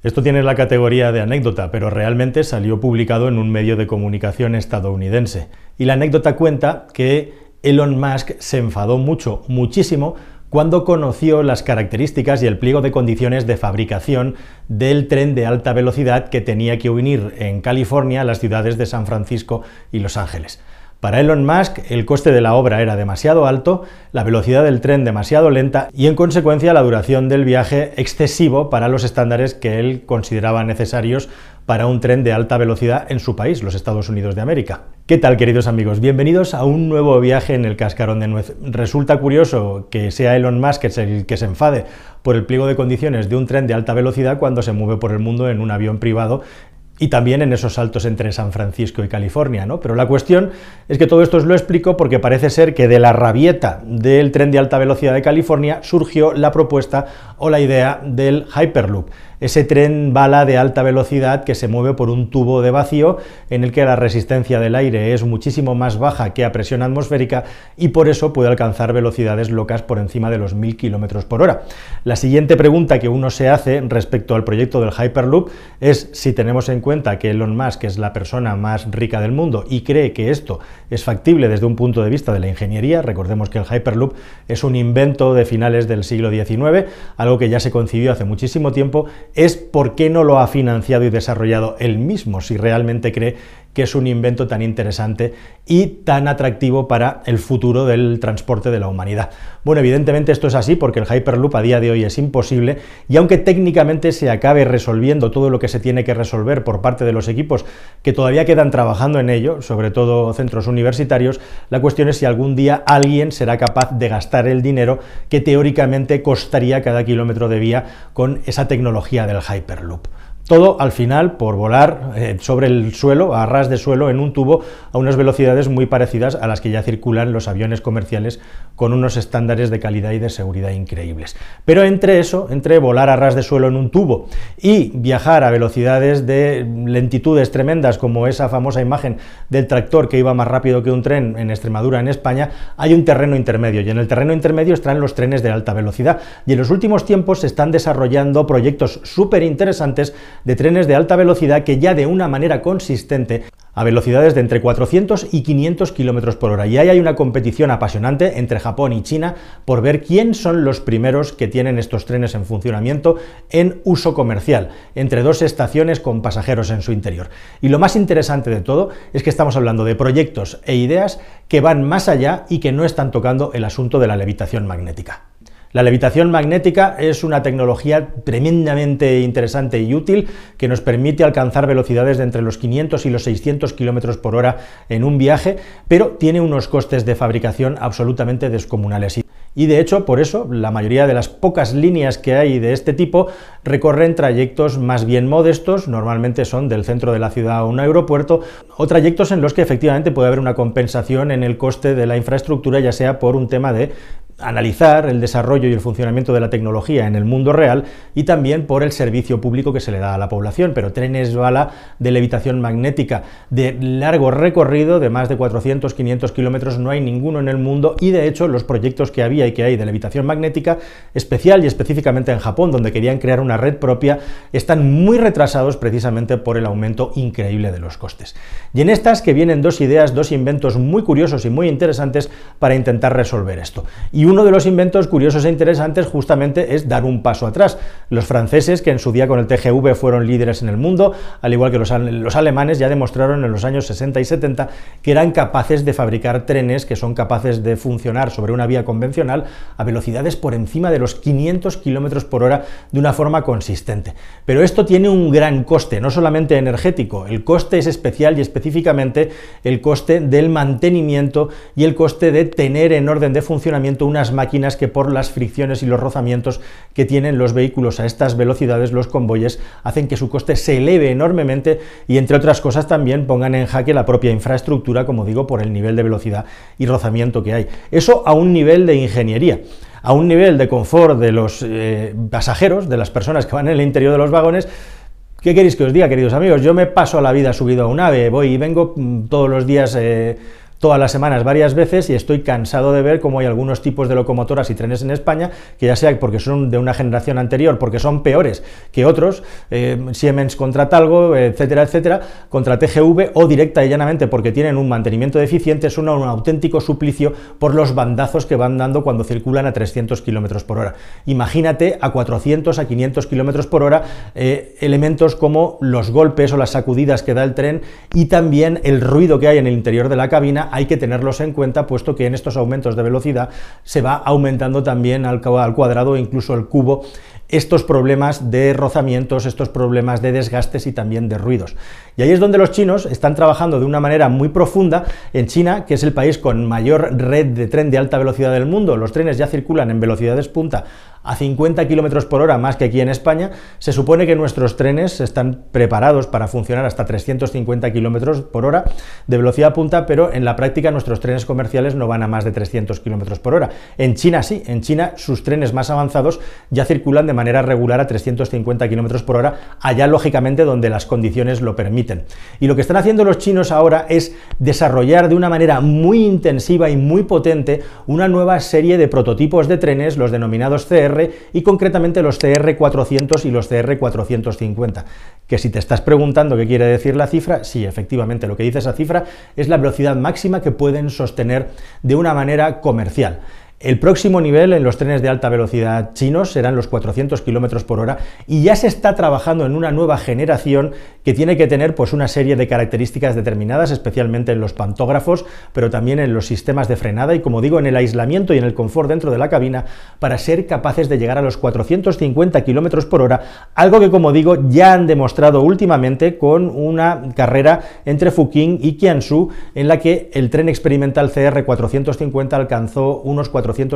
Esto tiene la categoría de anécdota, pero realmente salió publicado en un medio de comunicación estadounidense. Y la anécdota cuenta que Elon Musk se enfadó muchísimo, cuando conoció las características y el pliego de condiciones de fabricación del tren de alta velocidad que tenía que unir en California a las ciudades de San Francisco y Los Ángeles. Para Elon Musk, el coste de la obra era demasiado alto, la velocidad del tren demasiado lenta y, en consecuencia, la duración del viaje excesivo para los estándares que él consideraba necesarios para un tren de alta velocidad en su país, los Estados Unidos de América. ¿Qué tal, queridos amigos? Bienvenidos a un nuevo viaje en el cascarón de nuez. Resulta curioso que sea Elon Musk el que se enfade por el pliego de condiciones de un tren de alta velocidad cuando se mueve por el mundo en un avión privado, y también en esos saltos entre San Francisco y California, ¿no? Pero la cuestión es que todo esto os lo explico porque parece ser que de la rabieta del tren de alta velocidad de California surgió la propuesta o la idea del Hyperloop, ese tren bala de alta velocidad que se mueve por un tubo de vacío en el que la resistencia del aire es muchísimo más baja que a presión atmosférica y por eso puede alcanzar velocidades locas por encima de los 1000 km por hora. La siguiente pregunta que uno se hace respecto al proyecto del Hyperloop es si tenemos en cuenta que Elon Musk es la persona más rica del mundo y cree que esto es factible desde un punto de vista de la ingeniería. Recordemos que el Hyperloop es un invento de finales del siglo XIX, algo que ya se concibió hace muchísimo tiempo. Es por qué no lo ha financiado y desarrollado él mismo, si realmente cree que es un invento tan interesante y tan atractivo para el futuro del transporte de la humanidad. Bueno, evidentemente esto es así porque el Hyperloop a día de hoy es imposible, y aunque técnicamente se acabe resolviendo todo lo que se tiene que resolver por parte de los equipos que todavía quedan trabajando en ello, sobre todo centros universitarios, la cuestión es si algún día alguien será capaz de gastar el dinero que teóricamente costaría cada kilómetro de vía con esa tecnología del Hyperloop. Todo, al final, por volar sobre el suelo, a ras de suelo, en un tubo, a unas velocidades muy parecidas a las que ya circulan los aviones comerciales con unos estándares de calidad y de seguridad increíbles. Pero entre eso, entre volar a ras de suelo en un tubo y viajar a velocidades de lentitudes tremendas, como esa famosa imagen del tractor que iba más rápido que un tren en Extremadura, en España, hay un terreno intermedio, y en el terreno intermedio están los trenes de alta velocidad. Y en los últimos tiempos se están desarrollando proyectos súper interesantes de trenes de alta velocidad que ya de una manera consistente a velocidades de entre 400 y 500 km por hora. Y ahí hay una competición apasionante entre Japón y China por ver quién son los primeros que tienen estos trenes en funcionamiento en uso comercial, entre dos estaciones con pasajeros en su interior. Y lo más interesante de todo es que estamos hablando de proyectos e ideas que van más allá y que no están tocando el asunto de la levitación magnética. La levitación magnética es una tecnología tremendamente interesante y útil que nos permite alcanzar velocidades de entre los 500 y los 600 km por hora en un viaje, pero tiene unos costes de fabricación absolutamente descomunales. Y de hecho, por eso, la mayoría de las pocas líneas que hay de este tipo recorren trayectos más bien modestos, normalmente son del centro de la ciudad a un aeropuerto, o trayectos en los que efectivamente puede haber una compensación en el coste de la infraestructura, ya sea por un tema de analizar el desarrollo y el funcionamiento de la tecnología en el mundo real y también por el servicio público que se le da a la población, pero trenes bala de levitación magnética de largo recorrido, de más de 400-500 kilómetros, no hay ninguno en el mundo, y de hecho los proyectos que había y que hay de levitación magnética, especial y específicamente en Japón, donde querían crear una red propia, están muy retrasados precisamente por el aumento increíble de los costes. Y en estas que vienen dos ideas, dos inventos muy curiosos y muy interesantes para intentar resolver esto. Y uno de los inventos curiosos e interesantes justamente es dar un paso atrás. Los franceses, que en su día con el TGV fueron líderes en el mundo, al igual que los alemanes, ya demostraron en los años 60 y 70 que eran capaces de fabricar trenes que son capaces de funcionar sobre una vía convencional a velocidades por encima de los 500 km por hora de una forma consistente. Pero esto tiene un gran coste, no solamente energético, el coste es especial y específicamente el coste del mantenimiento y el coste de tener en orden de funcionamiento unas máquinas que, por las fricciones y los rozamientos que tienen los vehículos a estas velocidades, los convoyes, hacen que su coste se eleve enormemente y, entre otras cosas, también pongan en jaque la propia infraestructura, como digo, por el nivel de velocidad y rozamiento que hay. Eso a un nivel de ingeniería. A un nivel de confort de los pasajeros, de las personas que van en el interior de los vagones, ¿qué queréis que os diga, queridos amigos? Yo me paso la vida subido a un AVE, voy y vengo todos los días todas las semanas varias veces y estoy cansado de ver cómo hay algunos tipos de locomotoras y trenes en España que, ya sea porque son de una generación anterior, porque son peores que otros, Siemens contra Talgo, etcétera, etcétera, contra TGV, o directa y llanamente porque tienen un mantenimiento deficiente, son un auténtico suplicio por los bandazos que van dando cuando circulan a 300 km por hora. Imagínate a 400, a 500 km por hora, elementos como los golpes o las sacudidas que da el tren y también el ruido que hay en el interior de la cabina. Hay que tenerlos en cuenta, puesto que en estos aumentos de velocidad se va aumentando también al cuadrado e incluso al cubo estos problemas de rozamientos, estos problemas de desgastes y también de ruidos. Y ahí es donde los chinos están trabajando de una manera muy profunda. En China, que es el país con mayor red de tren de alta velocidad del mundo, los trenes ya circulan en velocidades punta a 50 km por hora más que aquí en España. Se supone que nuestros trenes están preparados para funcionar hasta 350 km por hora de velocidad punta, pero en la práctica nuestros trenes comerciales no van a más de 300 km por hora. En China sí, en China sus trenes más avanzados ya circulan de manera regular a 350 km por hora, allá lógicamente donde las condiciones lo permiten. Y lo que están haciendo los chinos ahora es desarrollar de una manera muy intensiva y muy potente una nueva serie de prototipos de trenes, los denominados CR, y concretamente los CR400 y los CR450, que si te estás preguntando qué quiere decir la cifra, sí, efectivamente, lo que dice esa cifra es la velocidad máxima que pueden sostener de una manera comercial. El próximo nivel en los trenes de alta velocidad chinos serán los 400 km por hora y ya se está trabajando en una nueva generación que tiene que tener pues una serie de características determinadas, especialmente en los pantógrafos, pero también en los sistemas de frenada y, como digo, en el aislamiento y en el confort dentro de la cabina, para ser capaces de llegar a los 450 km por hora, algo que, como digo, ya han demostrado últimamente con una carrera entre Fuqing y Jiangsu, en la que el tren experimental CR450 alcanzó unos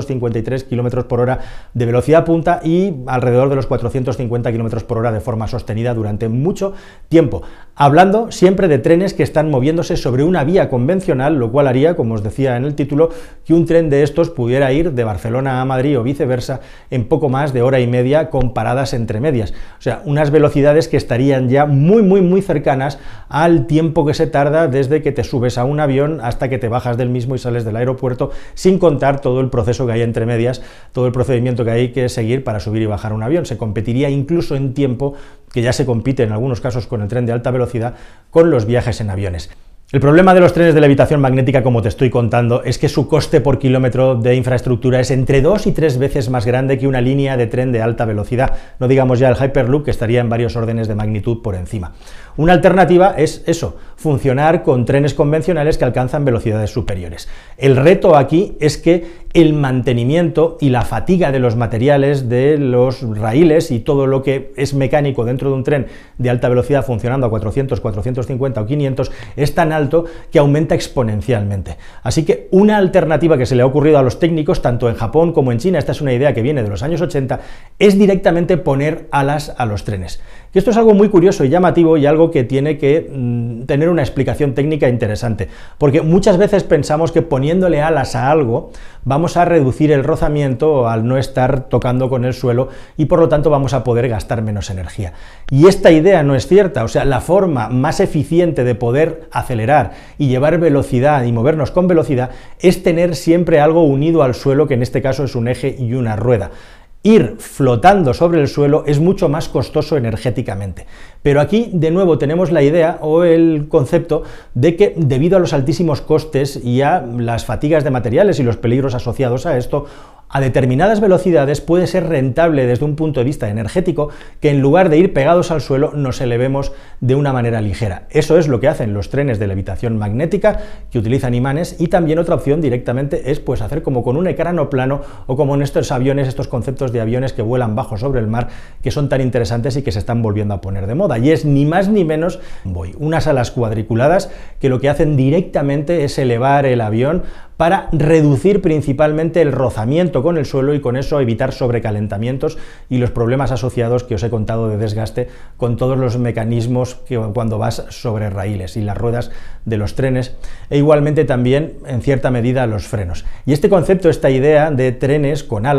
453 km por hora de velocidad punta y alrededor de los 450 km por hora de forma sostenida durante mucho tiempo. Hablando siempre de trenes que están moviéndose sobre una vía convencional, lo cual haría, como os decía en el título, que un tren de estos pudiera ir de Barcelona a Madrid o viceversa en poco más de hora y media, con paradas entre medias. O sea, unas velocidades que estarían ya muy cercanas al tiempo que se tarda desde que te subes a un avión hasta que te bajas del mismo y sales del aeropuerto, sin contar todo el proceso que hay entre medias, todo el procedimiento que hay que seguir para subir y bajar un avión. Se competiría incluso en tiempo, que ya se compite en algunos casos con el tren de alta velocidad, con los viajes en aviones. El problema de los trenes de levitación magnética, como te estoy contando, es que su coste por kilómetro de infraestructura es entre 2 y 3 veces más grande que una línea de tren de alta velocidad, no digamos ya el Hyperloop, que estaría en varios órdenes de magnitud por encima. Una alternativa es eso, funcionar con trenes convencionales que alcanzan velocidades superiores. El reto aquí es que el mantenimiento y la fatiga de los materiales, de los raíles y todo lo que es mecánico dentro de un tren de alta velocidad funcionando a 400, 450 o 500 es tan alto que aumenta exponencialmente. Así que una alternativa que se le ha ocurrido a los técnicos, tanto en Japón como en China, esta es una idea que viene de los años 80, es directamente poner alas a los trenes. Y esto es algo muy curioso y llamativo y algo que tiene que tener una explicación técnica interesante, porque muchas veces pensamos que poniéndole alas a algo vamos a reducir el rozamiento al no estar tocando con el suelo y por lo tanto vamos a poder gastar menos energía. Y esta idea no es cierta. O sea, la forma más eficiente de poder acelerar y llevar velocidad y movernos con velocidad es tener siempre algo unido al suelo, que en este caso es un eje y una rueda. Ir flotando sobre el suelo es mucho más costoso energéticamente. Pero aquí, de nuevo, tenemos la idea o el concepto de que, debido a los altísimos costes y a las fatigas de materiales y los peligros asociados a esto, a determinadas velocidades puede ser rentable desde un punto de vista energético que, en lugar de ir pegados al suelo, nos elevemos de una manera ligera. Eso es lo que hacen los trenes de levitación magnética, que utilizan imanes, y también otra opción directamente es pues hacer como con un ecrano plano, o como en estos aviones, estos conceptos de aviones que vuelan bajo sobre el mar, que son tan interesantes y que se están volviendo a poner de moda. Y es ni más ni menos unas alas cuadriculadas que lo que hacen directamente es elevar el avión para reducir principalmente el rozamiento con el suelo y con eso evitar sobrecalentamientos y los problemas asociados que os he contado de desgaste con todos los mecanismos que cuando vas sobre raíles y las ruedas de los trenes, e igualmente también en cierta medida los frenos. Y este concepto, esta idea de trenes con alas,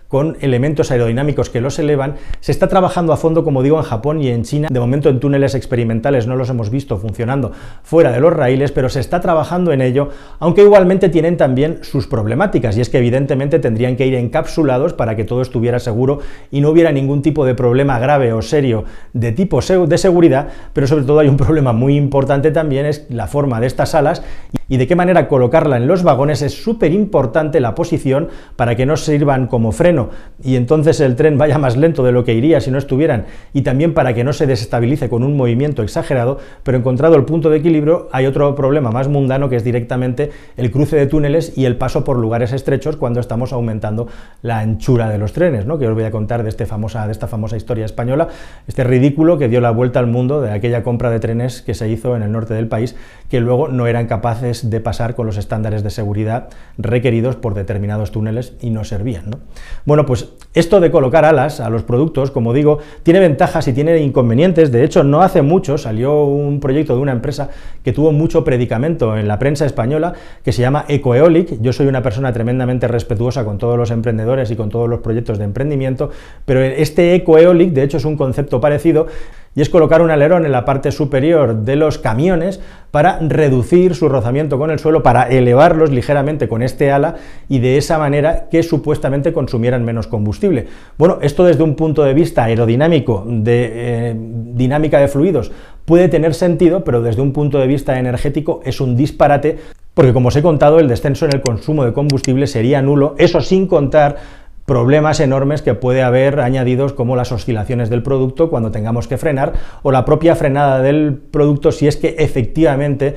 con elementos aerodinámicos que los elevan. Se está trabajando a fondo, como digo, en Japón y en China. De momento en túneles experimentales no los hemos visto funcionando fuera de los raíles, pero se está trabajando en ello, aunque igualmente tienen también sus problemáticas, y es que evidentemente tendrían que ir encapsulados para que todo estuviera seguro y no hubiera ningún tipo de problema grave o serio de tipo de seguridad, pero sobre todo hay un problema muy importante también, es la forma de estas alas y de qué manera colocarla en los vagones. Es súper importante la posición para que no sirvan como freno y entonces el tren vaya más lento de lo que iría si no estuvieran, y también para que no se desestabilice con un movimiento exagerado. Pero encontrado el punto de equilibrio, hay otro problema más mundano, que es directamente el cruce de túneles y el paso por lugares estrechos cuando estamos aumentando la anchura de los trenes, ¿no? Que os voy a contar de esta famosa historia española, este ridículo que dio la vuelta al mundo de aquella compra de trenes que se hizo en el norte del país, que luego no eran capaces de pasar con los estándares de seguridad requeridos por determinados túneles y no servían, ¿no? Bueno, pues esto de colocar alas a los productos, como digo, tiene ventajas y tiene inconvenientes. De hecho, no hace mucho salió un proyecto de una empresa que tuvo mucho predicamento en la prensa española, que se llama Ecoeolic. Yo soy una persona tremendamente respetuosa con todos los emprendedores y con todos los proyectos de emprendimiento, pero este Ecoeolic, de hecho, es un concepto parecido, y es colocar un alerón en la parte superior de los camiones para reducir su rozamiento con el suelo, para elevarlos ligeramente con este ala y de esa manera que supuestamente consumieran menos combustible. Bueno, esto desde un punto de vista aerodinámico, de dinámica de fluidos, puede tener sentido, pero desde un punto de vista energético es un disparate, porque como os he contado, el descenso en el consumo de combustible sería nulo, eso sin contar problemas enormes que puede haber añadidos, como las oscilaciones del producto cuando tengamos que frenar, o la propia frenada del producto si es que efectivamente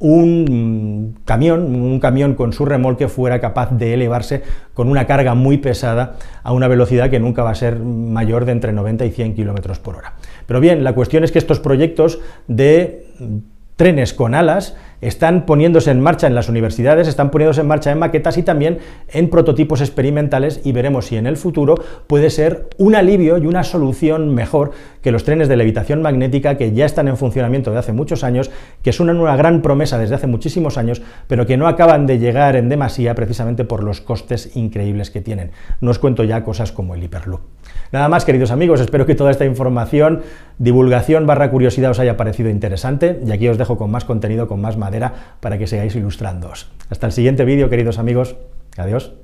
un camión con su remolque fuera capaz de elevarse con una carga muy pesada a una velocidad que nunca va a ser mayor de entre 90 y 100 km por hora. Pero bien, la cuestión es que estos proyectos de trenes con alas están poniéndose en marcha en las universidades, están poniéndose en marcha en maquetas y también en prototipos experimentales, y veremos si en el futuro puede ser un alivio y una solución mejor que los trenes de levitación magnética, que ya están en funcionamiento de hace muchos años, que son una gran promesa desde hace muchísimos años, pero que no acaban de llegar en demasía precisamente por los costes increíbles que tienen. No os cuento ya cosas como el Hyperloop. Nada más, queridos amigos, espero que toda esta información, divulgación / curiosidad, os haya parecido interesante, y aquí os dejo con más contenido, con más madera, para que sigáis ilustrándoos. Hasta el siguiente vídeo, queridos amigos. Adiós.